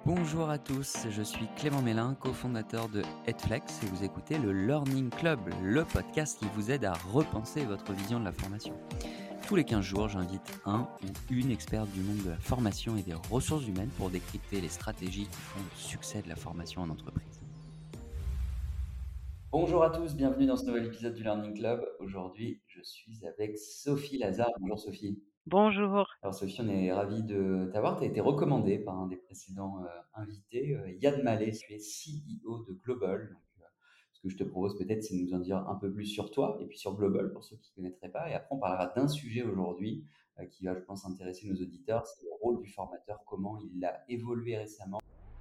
Bonjour à tous, je suis Clément Mélin, cofondateur de Headflex et vous écoutez le Learning Club, le podcast qui vous aide à repenser votre vision de la formation. Tous les 15 jours, j'invite un ou une experte du monde de la formation et des ressources humaines pour décrypter les stratégies qui font le succès de la formation en entreprise. Bonjour à tous, bienvenue dans ce nouvel épisode du Learning Club. Aujourd'hui, je suis avec Sophie Lazare. Bonjour Sophie. Bonjour. Alors Sophie, on est ravis de t'avoir. Tu as été recommandée par un des précédents invités, Yann Mallet. Tu es CEO de Global. Donc, ce que je te propose peut-être, c'est de nous en dire un peu plus sur toi et puis sur Global pour ceux qui ne connaîtraient pas. Et après, on parlera d'un sujet aujourd'hui qui va, je pense, intéresser nos auditeurs. C'est le rôle du formateur, comment il a évolué récemment.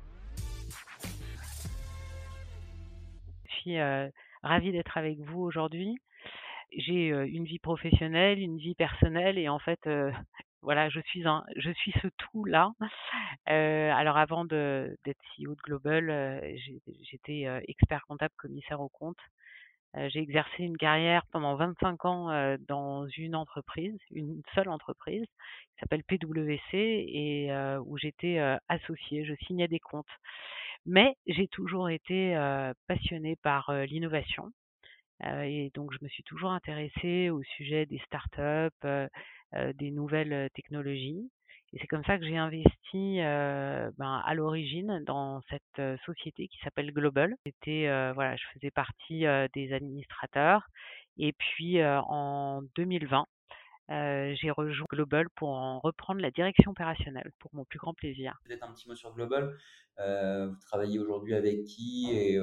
Je suis ravie d'être avec vous aujourd'hui. J'ai une vie professionnelle, une vie personnelle et en fait, voilà, je suis ce tout-là. Alors avant d'être CEO de Global, j'étais expert comptable commissaire aux comptes. J'ai exercé une carrière pendant 25 ans dans une entreprise, une seule entreprise, qui s'appelle PwC et où j'étais associée, je signais des comptes. Mais j'ai toujours été passionnée par l'innovation et donc je me suis toujours intéressée au sujet des startups, des nouvelles technologies. Et c'est comme ça que j'ai investi à l'origine dans cette société qui s'appelle Global. Voilà, je faisais partie des administrateurs. Et puis en 2020, j'ai rejoint Global pour en reprendre la direction opérationnelle, pour mon plus grand plaisir. Peut-être un petit mot sur Global. Vous travaillez aujourd'hui avec qui et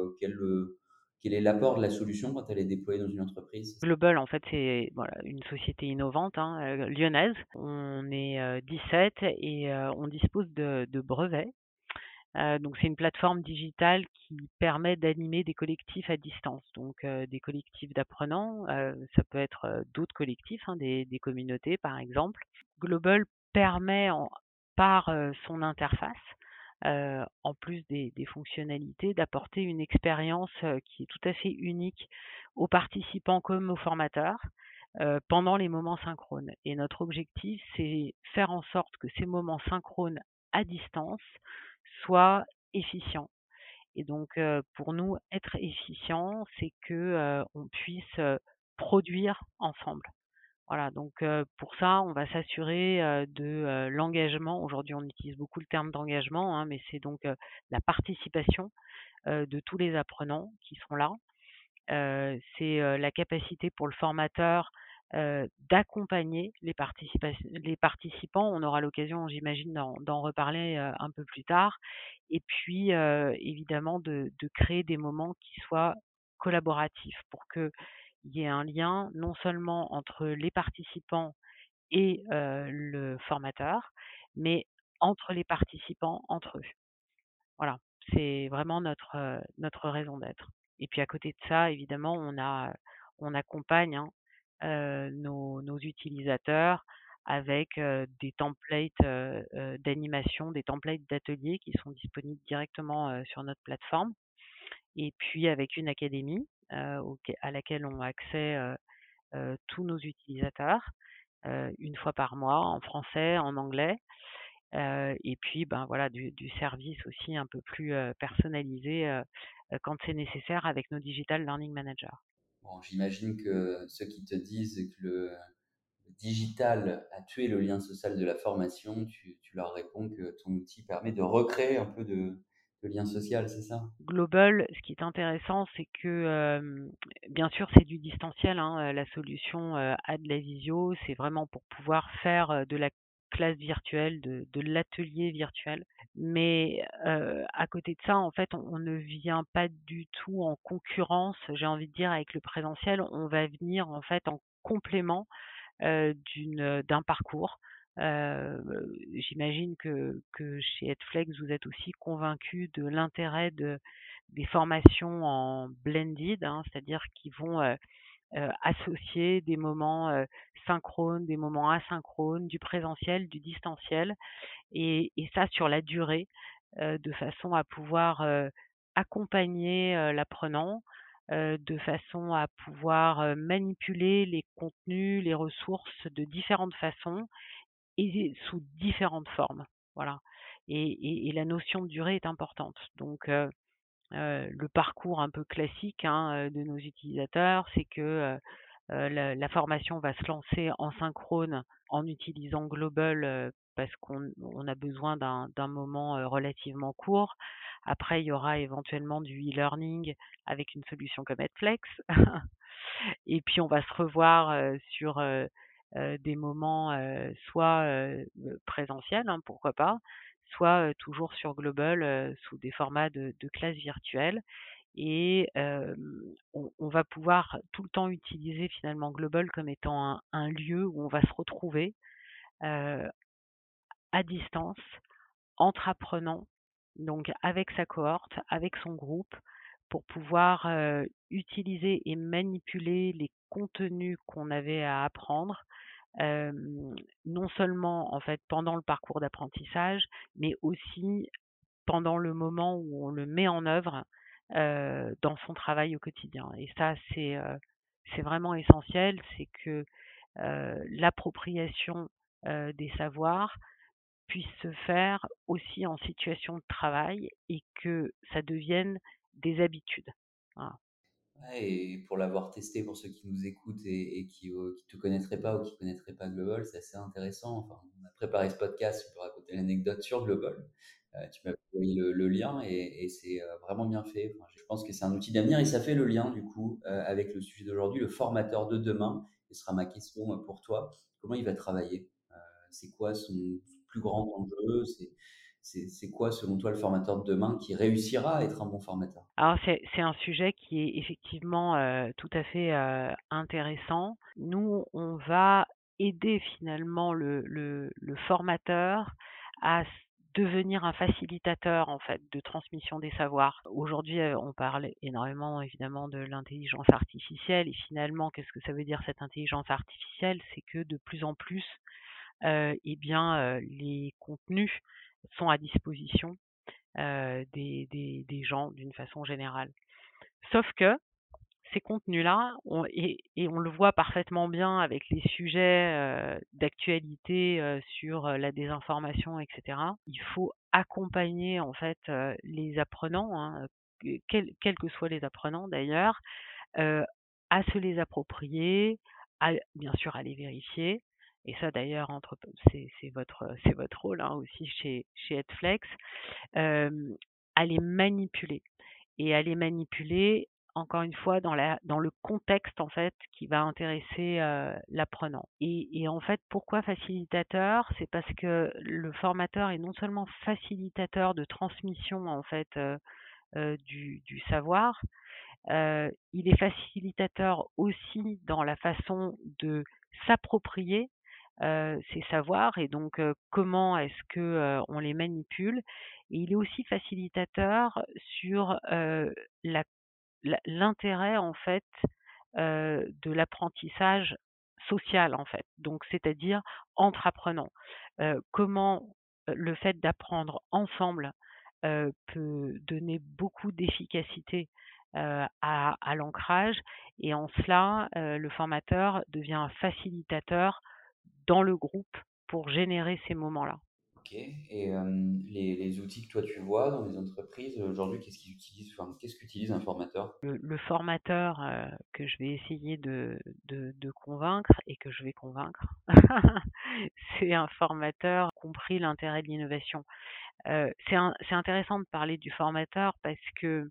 quel est l'apport de la solution quand elle est déployée dans une entreprise? Global, en fait, c'est voilà, une société innovante lyonnaise. On est 17 et on dispose de brevets. Donc c'est une plateforme digitale qui permet d'animer des collectifs à distance, donc des collectifs d'apprenants, ça peut être d'autres collectifs, des communautés par exemple. Global permet par son interface, en plus des fonctionnalités, d'apporter une expérience qui est tout à fait unique aux participants comme aux formateurs pendant les moments synchrones. Et notre objectif, c'est faire en sorte que ces moments synchrones à distance soient efficients. Et donc, pour nous, être efficient, c'est que, on puisse, produire ensemble. Voilà, donc, pour ça, on va s'assurer, de, l'engagement. Aujourd'hui, on utilise beaucoup le terme d'engagement, mais c'est donc, la participation, de tous les apprenants qui sont là. C'est, la capacité pour le formateur, d'accompagner les participants. On aura l'occasion, j'imagine, d'en reparler, un peu plus tard et puis, évidemment de créer des moments qui soient collaboratifs pour qu'il y ait un lien non seulement entre les participants et le formateur, mais entre les participants, entre eux. Voilà, c'est vraiment notre raison d'être. Et puis à côté de ça, évidemment, on accompagne, nos utilisateurs avec, des templates, d'animation, des templates d'ateliers qui sont disponibles directement, sur notre plateforme. Et puis avec une académie, à laquelle ont accès, tous nos utilisateurs, 1 fois par mois en français, en anglais. Et puis, ben, voilà, du service aussi un peu plus, personnalisé, quand c'est nécessaire avec nos digital learning managers. Bon, j'imagine que ceux qui te disent que le digital a tué le lien social de la formation, tu leur réponds que ton outil permet de recréer un peu de lien social, c'est ça? Global, ce qui est intéressant, c'est que, bien sûr, c'est du distanciel, la solution, a de la visio. C'est vraiment pour pouvoir faire, de la classe virtuelle, de l'atelier virtuel. Mais, à côté de ça, en fait, on ne vient pas du tout en concurrence, j'ai envie de dire, avec le présentiel. On va venir, en fait, en complément, d'un parcours. J'imagine que chez Edflex, vous êtes aussi convaincus de l'intérêt des formations en blended, c'est-à-dire qui vont, associer des moments, synchrones, des moments asynchrones, du présentiel, du distanciel et ça sur la durée, de façon à pouvoir, accompagner, l'apprenant, de façon à pouvoir, manipuler les contenus, les ressources de différentes façons et sous différentes formes. Voilà. et la notion de durée est importante. Donc le parcours un peu classique, hein, de nos utilisateurs, c'est que, la formation va se lancer en synchrone en utilisant Global, parce qu'on a besoin d'un moment, relativement court. Après, il y aura éventuellement du e-learning avec une solution comme Edflex. Et puis on va se revoir, sur, des moments, soit, présentiels, hein, pourquoi pas, soit, toujours sur Global, sous des formats de classe virtuelle et on va pouvoir tout le temps utiliser finalement Global comme étant un lieu où on va se retrouver, heu, à distance, entre apprenants, donc avec sa cohorte, avec son groupe, pour pouvoir, utiliser et manipuler les contenus qu'on avait à apprendre, non seulement en fait pendant le parcours d'apprentissage, mais aussi pendant le moment où on le met en œuvre, dans son travail au quotidien et ça c'est vraiment essentiel. C'est que, l'appropriation, des savoirs puisse se faire aussi en situation de travail et que ça devienne des habitudes. Voilà. Ouais, et pour l'avoir testé, pour ceux qui nous écoutent et qui te connaîtraient pas ou qui connaîtraient pas Global, c'est assez intéressant. Enfin, on a préparé ce podcast, je peux raconter l'anecdote sur Global. Tu m'as envoyé le lien et c'est vraiment bien fait. Enfin, je pense que c'est un outil d'avenir et ça fait le lien du coup avec le sujet d'aujourd'hui, le formateur de demain. Ce sera ma question pour toi. Comment il va travailler? C'est quoi son plus grand enjeu? C'est quoi selon toi le formateur de demain qui réussira à être un bon formateur? Alors c'est un sujet qui est effectivement, tout à fait, intéressant. Nous, on va aider finalement le formateur à devenir un facilitateur en fait de transmission des savoirs. Aujourd'hui, on parle énormément évidemment de l'intelligence artificielle et finalement qu'est-ce que ça veut dire cette intelligence artificielle? C'est que de plus en plus, eh bien, les contenus sont à disposition, des gens d'une façon générale. Sauf que ces contenus-là, et on le voit parfaitement bien avec les sujets, d'actualité, sur, la désinformation et cetera. Il faut accompagner en fait, les apprenants, hein, quels que soient les apprenants d'ailleurs, heu, à se les approprier, à bien sûr à les vérifier et ça d'ailleurs c'est votre rôle, hein, aussi chez Edflex, hem, à les manipuler et à les manipuler, encore une fois, dans le contexte, en fait, qui va intéresser, l'apprenant et en fait, pourquoi facilitateur? C'est parce que le formateur est non seulement facilitateur de transmission, en fait, du savoir, il est facilitateur aussi dans la façon de s'approprier, ces savoirs et donc comment est-ce que, on les manipule et il est aussi facilitateur sur, la l'intérêt en fait, de l'apprentissage social en fait, donc c'est-à-dire entre apprenants. Comment, le fait d'apprendre ensemble, peut donner beaucoup d'efficacité, à l'ancrage et en cela, le formateur devient un facilitateur dans le groupe pour générer ces moments-là. OK, et les outils que toi tu vois dans les entreprises, aujourd'hui, qu'est-ce qu'ils utilisent? Enfin, qu'est-ce qu'utilise un formateur? Le formateur, que je vais essayer de convaincre et que je vais convaincre, c'est un formateur qui a compris l'intérêt de l'innovation. C'est intéressant de parler du formateur parce que,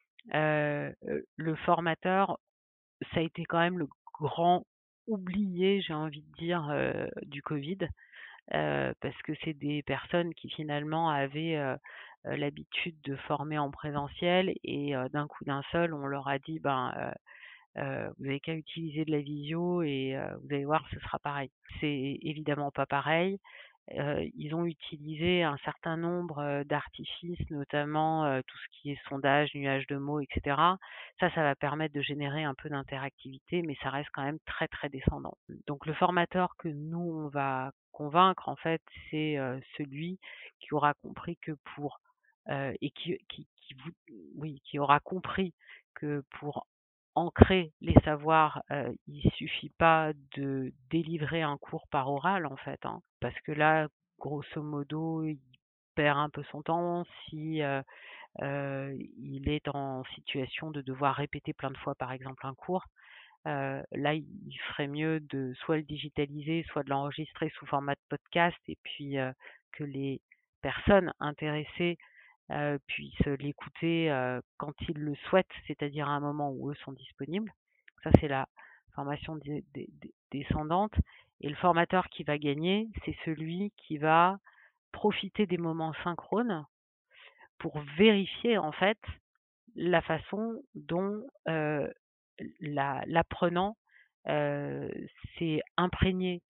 le formateur, ça a été quand même le grand oublié, j'ai envie de dire, du Covid. Parce que c'est des personnes qui finalement avaient, l'habitude de former en présentiel et d'un coup d'un seul, on leur a dit: «Ben, vous avez qu'à utiliser de la visio et vous allez voir, ce sera pareil». C'est évidemment pas pareil. Ils ont utilisé un certain nombre, d'artifices, notamment, tout ce qui est sondage, nuage de mots et cetera. Ça va permettre de générer un peu d'interactivité, mais ça reste quand même très, très descendant. Donc le formateur que nous, on va convaincre, en fait, c'est, celui qui aura compris que pour, et qui vou oui, qui aura compris que pour ancrer les savoirs, il suffit pas de délivrer un cours par oral en fait, hein. Parce que là, grosso modo, perd un peu son temps, si, il est en situation de devoir répéter plein de fois, par exemple, un cours. Là, il ferait mieux de soit le digitaliser, soit de l'enregistrer sous format de podcast et puis, que les personnes intéressées, puissent l'écouter, quand ils le souhaitent, c'est-à-dire à un moment où eux sont disponibles. Ça, c'est la formation descendante et le formateur qui va gagner, c'est celui qui va profiter des moments synchrones pour vérifier, en fait, la façon dont, l'apprenant, heu, s'est imprégné,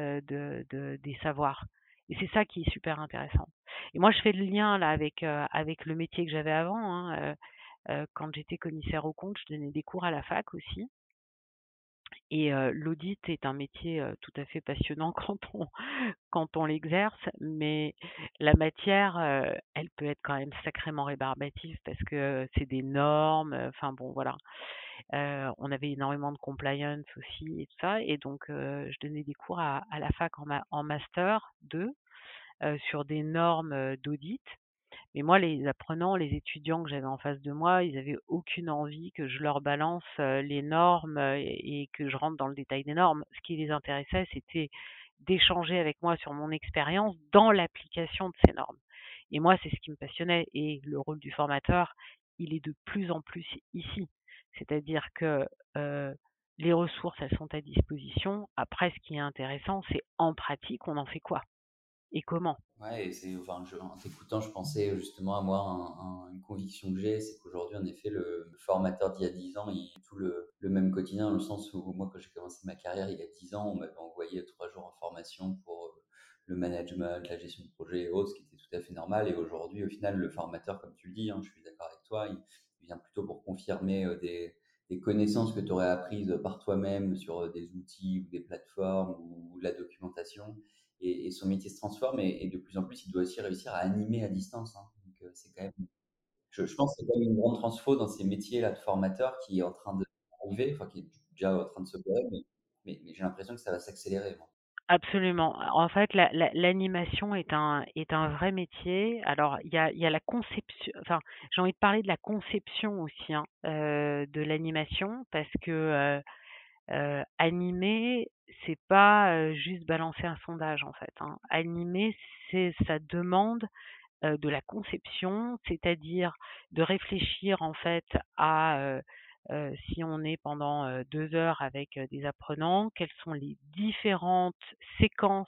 des savoirs et c'est ça qui est super intéressant et moi je fais le lien là avec le métier que j'avais avant, hein, quand j'étais commissaire aux comptes, je donnais des cours à la fac aussi et l'audit est un métier, tout à fait passionnant quand on l'exerce, mais la matière, elle peut être quand même sacrément rébarbative parce que c'est des normes, enfin bon voilà. On avait énormément de compliance aussi et tout ça et donc je donnais des cours à la fac en master 2, sur des normes, d'audit. Mais moi, les apprenants, les étudiants que j'avais en face de moi, ils avaient aucune envie que je leur balance, les normes, et que je rentre dans le détail des normes. Ce qui les intéressait, c'était d'échanger avec moi sur mon expérience dans l'application de ces normes. Et moi, c'est ce qui me passionnait et le rôle du formateur, il est de plus en plus ici. C'est-à-dire que, les ressources, elles sont à disposition. Après, ce qui est intéressant, c'est en pratique, on en fait quoi et comment? Ouais, et c'est, enfin, en t'écoutant, je pensais justement avoir une conviction que j'ai, c'est qu'aujourd'hui, en effet, le formateur d'il y a 10 ans, il a tout le même quotidien, dans le sens où moi, quand j'ai commencé ma carrière il y a 10 ans, on m'avait envoyé 3 jours en formation pour le management, la gestion de projet et autres, ce qui était tout à fait normal. Et aujourd'hui, au final, le formateur, comme tu le dis, hein, je suis d'accord avec toi, il vient plutôt pour confirmer des connaissances que tu aurais apprises par toi-même sur des outils ou des plateformes ou de la documentation, et son métier se transforme, et de plus en plus, il doit aussi réussir à animer à distance, hein. Donc, c'est quand même, je pense qu'il y a quand même une grande transfo dans ces métiers-là de formateur qui est en train d'arriver, enfin qui est déjà en train de se faire, mais j'ai l'impression que ça va s'accélérer, moi. Absolument. En fait, l'animation est un vrai métier. Alors, il y a la conception, enfin, j'ai envie de parler de la conception aussi, hein, de l'animation parce que, animer, c'est pas, juste balancer un sondage, en fait, hein. Animer, ça demande, de la conception, c'est-à-dire de réfléchir en fait à, si on est pendant, 2 heures avec, des apprenants, quelles sont les différentes séquences,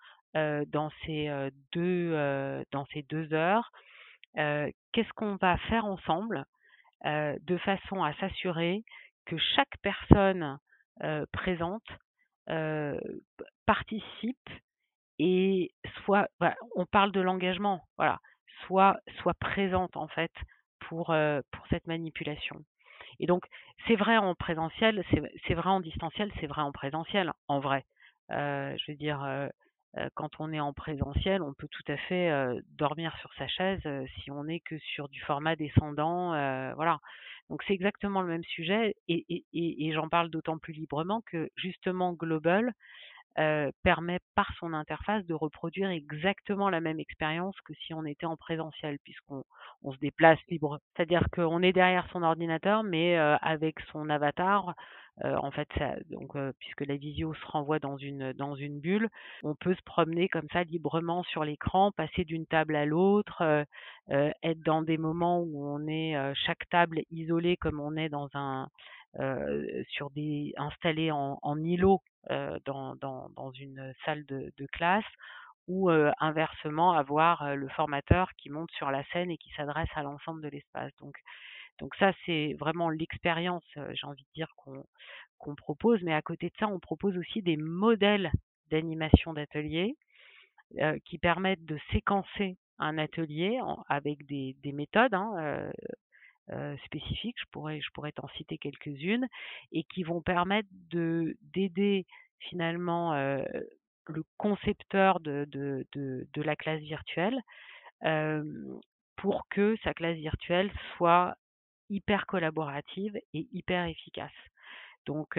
dans ces 2 heures? Qu'est-ce qu'on va faire ensemble, de façon à s'assurer que chaque personne, présente, heu, participe et on parle de l'engagement, voilà, soit présente en fait pour cette manipulation. Et donc c'est vrai en présentiel, c'est vrai en distanciel, c'est vrai en présentiel, en vrai. Je veux dire, quand on est en présentiel, on peut tout à fait, dormir sur sa chaise, si on n'est que sur du format descendant, voilà. Donc c'est exactement le même sujet et j'en parle d'autant plus librement que justement Global, permet par son interface de reproduire exactement la même expérience que si on était en présentiel puisqu'on se déplace libre. C'est-à-dire qu'on est derrière son ordinateur mais, avec son avatar, en fait ça donc, puisque la visio se renvoie dans une bulle, on peut se promener comme ça librement sur l'écran, passer d'une table à l'autre, être dans des moments où on est, chaque table isolée comme on est dans un, sur des installé en îlot, dans une salle de classe ou inversement avoir, le formateur qui monte sur la scène et qui s'adresse à l'ensemble de l'espace. Donc ça, c'est vraiment l'expérience, j'ai envie de dire qu'on propose, mais à côté de ça, on propose aussi des modèles d'animation d'atelier, qui permettent de séquencer un atelier avec des méthodes, hein, spécifiques, je pourrais t'en citer quelques-unes et qui vont permettre d'aider finalement, le concepteur de la classe virtuelle, hem, pour que sa classe virtuelle soit hyper collaborative et hyper efficace. Donc,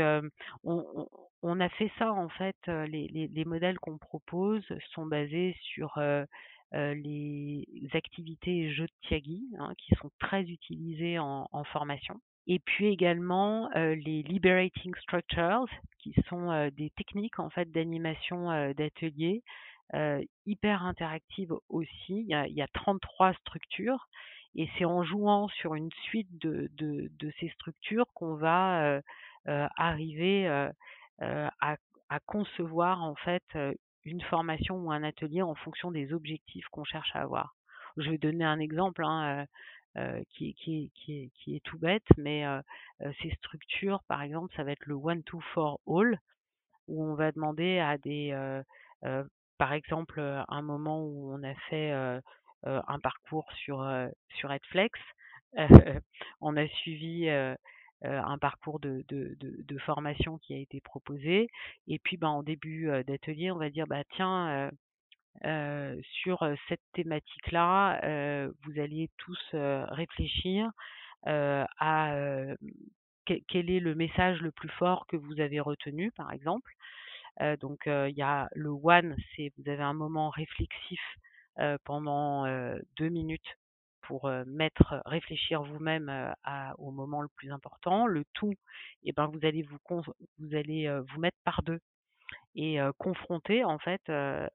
on a fait ça en fait, les modèles qu'on propose sont basés sur, les activités et jeux de Tiagui, hein, qui sont très utilisés en formation. Et puis également, les liberating structures, qui sont, des techniques en fait d'animation, d'atelier, hyper interactives aussi. Il y a 33 structures et c'est en jouant sur une suite de ces structures qu'on va, arriver, à concevoir en fait, une formation ou un atelier en fonction des objectifs qu'on cherche à avoir. Je vais donner un exemple, hein, qui est tout bête, mais ces structures, par exemple, ça va être le one to for all, où on va demander à des, par exemple, un moment où on a fait, un parcours sur Edflex, heu, on a suivi, un parcours de formation qui a été proposé et puis, ben, en début, d'atelier, on va dire: «Bah, tiens, sur, cette thématique-là, vous allez tous, réfléchir, à, quel est le message le plus fort que vous avez retenu?» par exemple. Donc il y a le one, c'est vous avez un moment réflexif, pendant, 2 minutes pour, réfléchir vous-même, au moment le plus important. Le two et ben, vous allez, vous mettre par 2 et confronter en fait,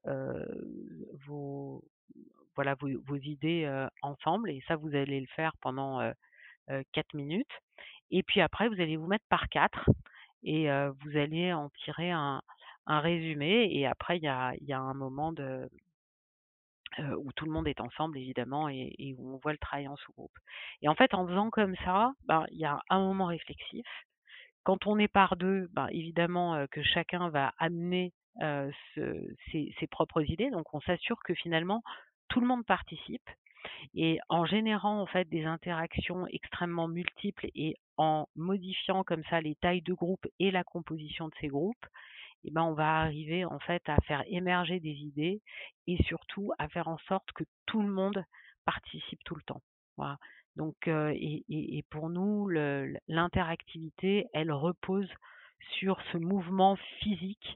vos vos idées, ensemble et ça vous allez le faire pendant, 4 minutes et puis après vous allez vous mettre par 4 et vous allez en tirer un résumé et après il y a un moment où tout le monde est ensemble évidemment et où on voit le travail en sous-groupe. Et en fait en faisant comme ça, ben, il y a un moment réflexif. Quand on est par 2, ben, évidemment, que chacun va amener, ses propres idées, donc on s'assure que finalement tout le monde participe et en générant en fait des interactions extrêmement multiples et en modifiant comme ça les tailles de groupe et la composition de ces groupes, et ben, on va arriver en fait à faire émerger des idées et surtout à faire en sorte que tout le monde participe tout le temps. Voilà. Donc et pour nous l'interactivité, elle repose sur ce mouvement physique,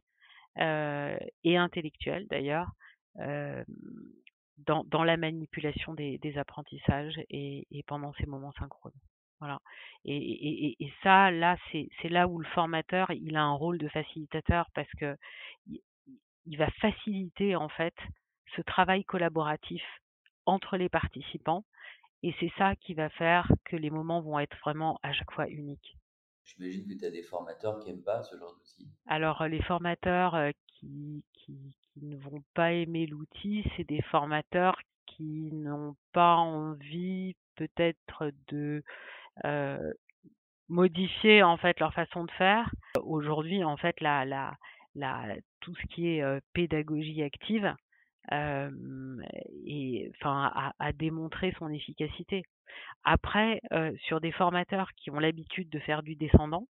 et intellectuel d'ailleurs, hem, dans la manipulation des apprentissages et pendant ces moments synchrones. Voilà et ça, là, c'est là où le formateur, il a un rôle de facilitateur parce que i il va faciliter, en fait, ce travail collaboratif entre les participants et c'est ça qui va faire que les moments vont être vraiment à chaque fois uniques. J'imagine que tu as des formateurs qui aiment pas ce genre d'outil. Alors, les formateurs, qui ne vont pas aimer l'outil, c'est des formateurs qui n'ont pas envie peut-être de, heu, modifier en fait leur façon de faire. Aujourd'hui en fait la tout ce qui est, pédagogie active, hem et enfin a démontré son efficacité. Après, sur des formateurs qui ont l'habitude de faire du descendant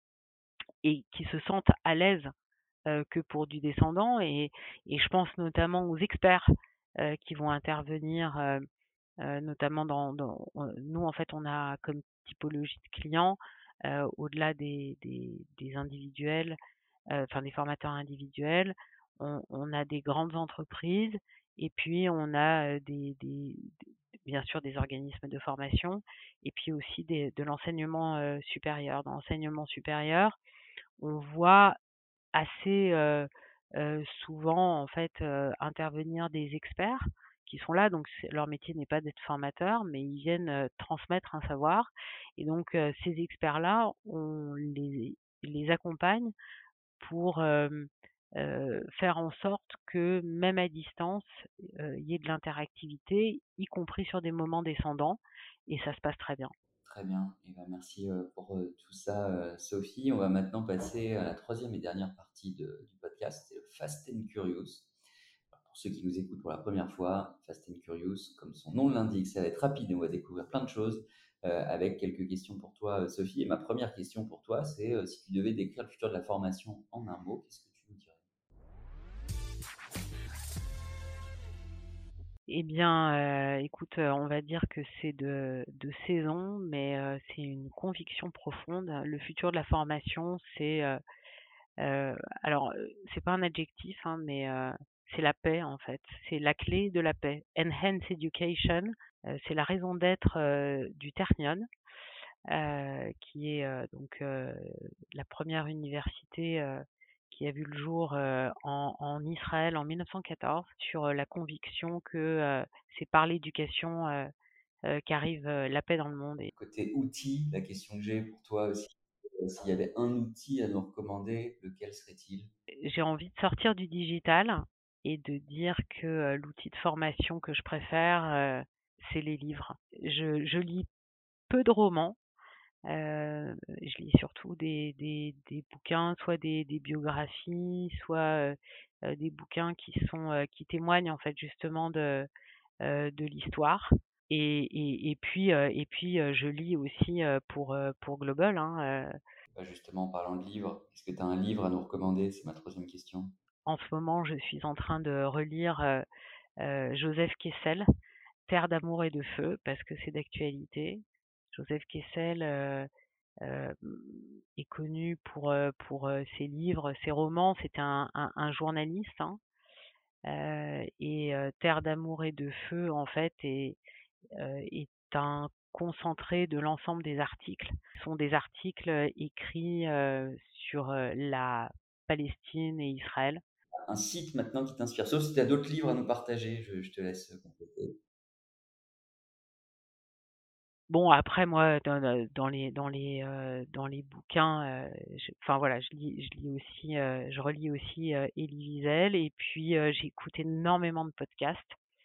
et qui se sentent à l'aise que pour du descendant et je pense notamment aux experts, qui vont intervenir, notamment nous en fait on a comme typologie de clients, au-delà des individuels, enfin des formateurs individuels, on a des grandes entreprises et puis on a, bien sûr des organismes de formation et puis aussi de l'enseignement, supérieur. Dans l'enseignement supérieur, on voit assez, souvent en fait, intervenir des experts qui sont là, donc leur métier n'est pas d'être formateur, mais ils viennent, transmettre un savoir et donc ces experts-là, on les accompagne pour, faire en sorte que même à distance, il y ait de l'interactivité, y compris sur des moments descendants et ça se passe très bien. Très bien, et ben merci, pour, tout ça, Sophie. On va maintenant passer à la troisième et dernière partie du podcast, c'est le Fast and Curious. Alors pour ceux qui nous écoutent pour la première fois, Fast and Curious, comme son nom l'indique, ça va être rapide et on va découvrir plein de choses, avec quelques questions pour toi, Sophie. Et ma première question pour toi, c'est, si tu devais décrire le futur de la formation en un mot, qu'est-ce que tu nous dirais? Eh bien, écoute, on va dire que c'est de saison, mais c'est une conviction profonde. Le futur de la formation, c'est, alors, c'est pas un adjectif, hein, mais c'est la paix en fait, c'est la clé de la paix. Enhance Education, c'est la raison d'être, du Ternion, qui est, la première université, qui a vu le jour, en Israël en 1914 sur, la conviction que, c'est par l'éducation, qu'arrive, la paix dans le monde. Et Côté outils, la question que j'ai pour toi aussi, s'il y avait un outil à nous recommander, lequel serait-il? j'ai envie de sortir du digital et de dire que, l'outil de formation que je préfère, c'est les livres. Je lis peu de romans, je lis surtout des bouquins, soit des biographies, soit, des bouquins qui témoignent en fait justement de l'histoire. Et puis, je lis aussi, pour Global, hein. Bah, justement, en parlant de livres, est-ce que tu as un livre à nous recommander? C'est ma troisième question. En ce moment, je suis en train de relire, Joseph Kessel, Terre d'amour et de feu, parce que c'est d'actualité. Joseph Kessel, hem, est connu pour ses livres, ses romans. C'était un journaliste, hein, Terre d'amour et de feu, en fait, est un concentré de l'ensemble des articles. Ce sont des articles, écrits, sur, la Palestine et Israël. Un site maintenant qui t'inspire, sauf si tu as d'autres livres à nous partager, je te laisse compléter. Bon, après moi, dans les bouquins, enfin voilà, je relis aussi, Elie Wiesel, et puis, j'écoute énormément de podcasts.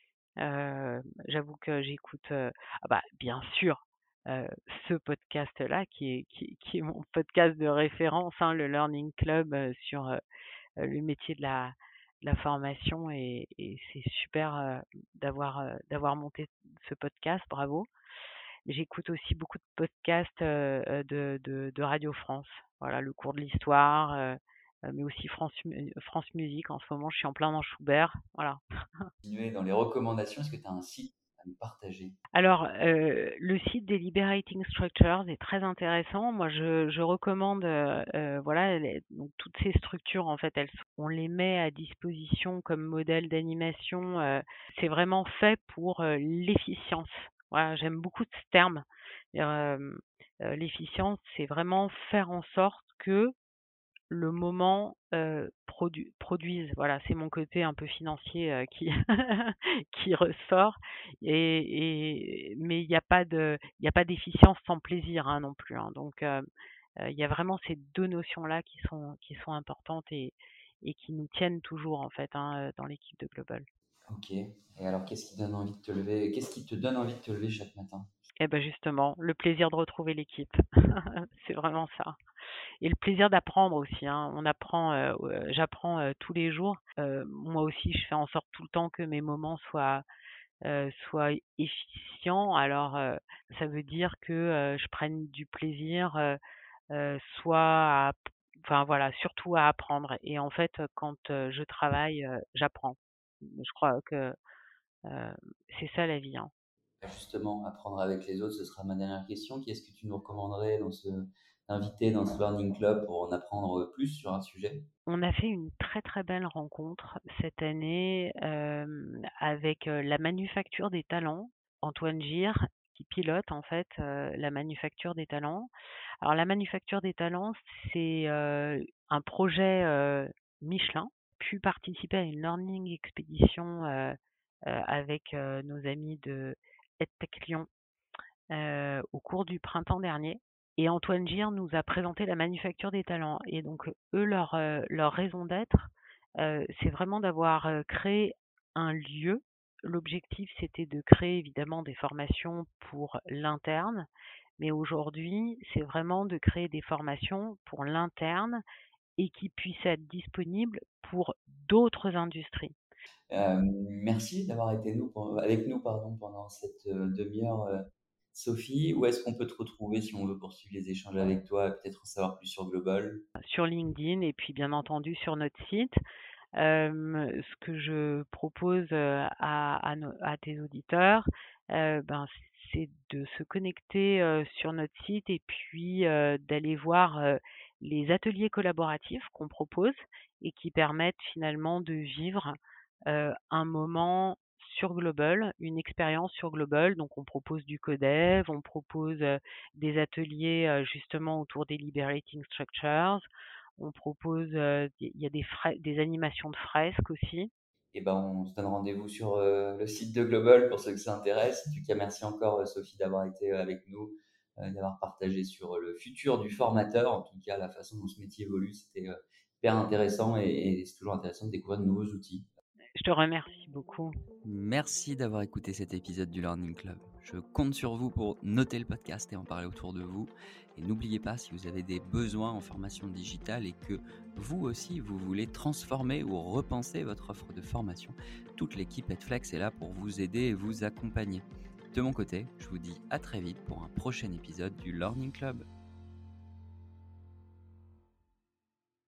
J'avoue que j'écoute, ah bah, bien sûr, ce podcast-là qui est mon podcast de référence, hein, le Learning Club, sur, le métier de la formation, et c'est super, d'avoir monté ce podcast, bravo. J'écoute aussi beaucoup de podcasts, de Radio France. Voilà, le cours de l'histoire, mais aussi France Musique. En ce moment, je suis en plein dans Schubert, voilà. Continuer dans les recommandations, est-ce que tu as un site à nous partager? Alors, le site des Liberating Structures est très intéressant. Moi, je recommande, voilà, donc toutes ces structures, en fait, on les met à disposition comme modèle d'animation. C'est vraiment fait pour, l'efficience. Voilà, j'aime beaucoup ce terme. L'efficience, c'est vraiment faire en sorte que le moment, produise. Voilà, c'est mon côté un peu financier, qui qui ressort, mais il y a pas d'efficience sans plaisir, hein, non plus, hein. Donc il y a vraiment ces 2 notions-là qui sont importantes, et qui nous tiennent toujours en fait, hein, dans l'équipe de Global. OK. Et alors, qu'est-ce qui te donne envie de te lever chaque matin? Et ben justement, le plaisir de retrouver l'équipe. C'est vraiment ça. Et le plaisir d'apprendre aussi, hein. J'apprends, tous les jours. Moi aussi, je fais en sorte tout le temps que mes moments soient efficients. Alors, ça veut dire que, je prenne du plaisir, soit enfin voilà, surtout à apprendre. Et en fait, quand, je travaille, j'apprends. Je crois que, heu, c'est ça la vie, hein. Justement, apprendre avec les autres, ce sera ma dernière question. Qui est-ce que tu nous recommanderais d'inviter dans ce Learning Club pour en apprendre plus sur un sujet? On a fait une très, très belle rencontre cette année, avec, la Manufacture des Talents, Antoine Gir, qui pilote en fait, la Manufacture des Talents. Alors la Manufacture des Talents, c'est, un projet, Michelin. Pu participer à une learning expédition, avec, nos amis de EdTech Lyon, au cours du printemps dernier. Et Antoine Gir nous a présenté la Manufacture des Talents, et donc eux, leur raison d'être, c'est vraiment d'avoir, créé un lieu. L'objectif, c'était de créer évidemment des formations pour l'interne, mais aujourd'hui, c'est vraiment de créer des formations pour l'interne et qui puissent être disponibles pour d'autres industries. Merci d'avoir été avec nous pardon, pendant cette demi-heure, Sophie. Où est-ce qu'on peut te retrouver si on veut poursuivre les échanges avec toi et peut-être en savoir plus sur Global? Sur LinkedIn et puis bien entendu sur notre site. Ce que je propose, à tes auditeurs, ben, c'est de se connecter, sur notre site, et puis, d'aller voir, les ateliers collaboratifs qu'on propose et qui permettent finalement de vivre, un moment sur Global, une expérience sur Global. Donc on propose du codev, on propose, des ateliers, justement autour des liberating structures. On propose, il y a des animations de fresques aussi. Et ben, on se donne rendez-vous sur le site de Global pour ceux que ça intéresse. En tout cas, merci encore Sophie d'avoir été avec nous, d'avoir partagé sur le futur du formateur. En tout cas, la façon dont ce métier évolue, c'était hyper intéressant et c'est toujours intéressant de découvrir de nouveaux outils. Je te remercie beaucoup. Merci d'avoir écouté cet épisode du Learning Club. Je compte sur vous pour noter le podcast et en parler autour de vous. Et n'oubliez pas, si vous avez des besoins en formation digitale et que vous aussi, vous voulez transformer ou repenser votre offre de formation, toute l'équipe Edflex est là pour vous aider et vous accompagner. De mon côté, je vous dis à très vite pour un prochain épisode du Learning Club.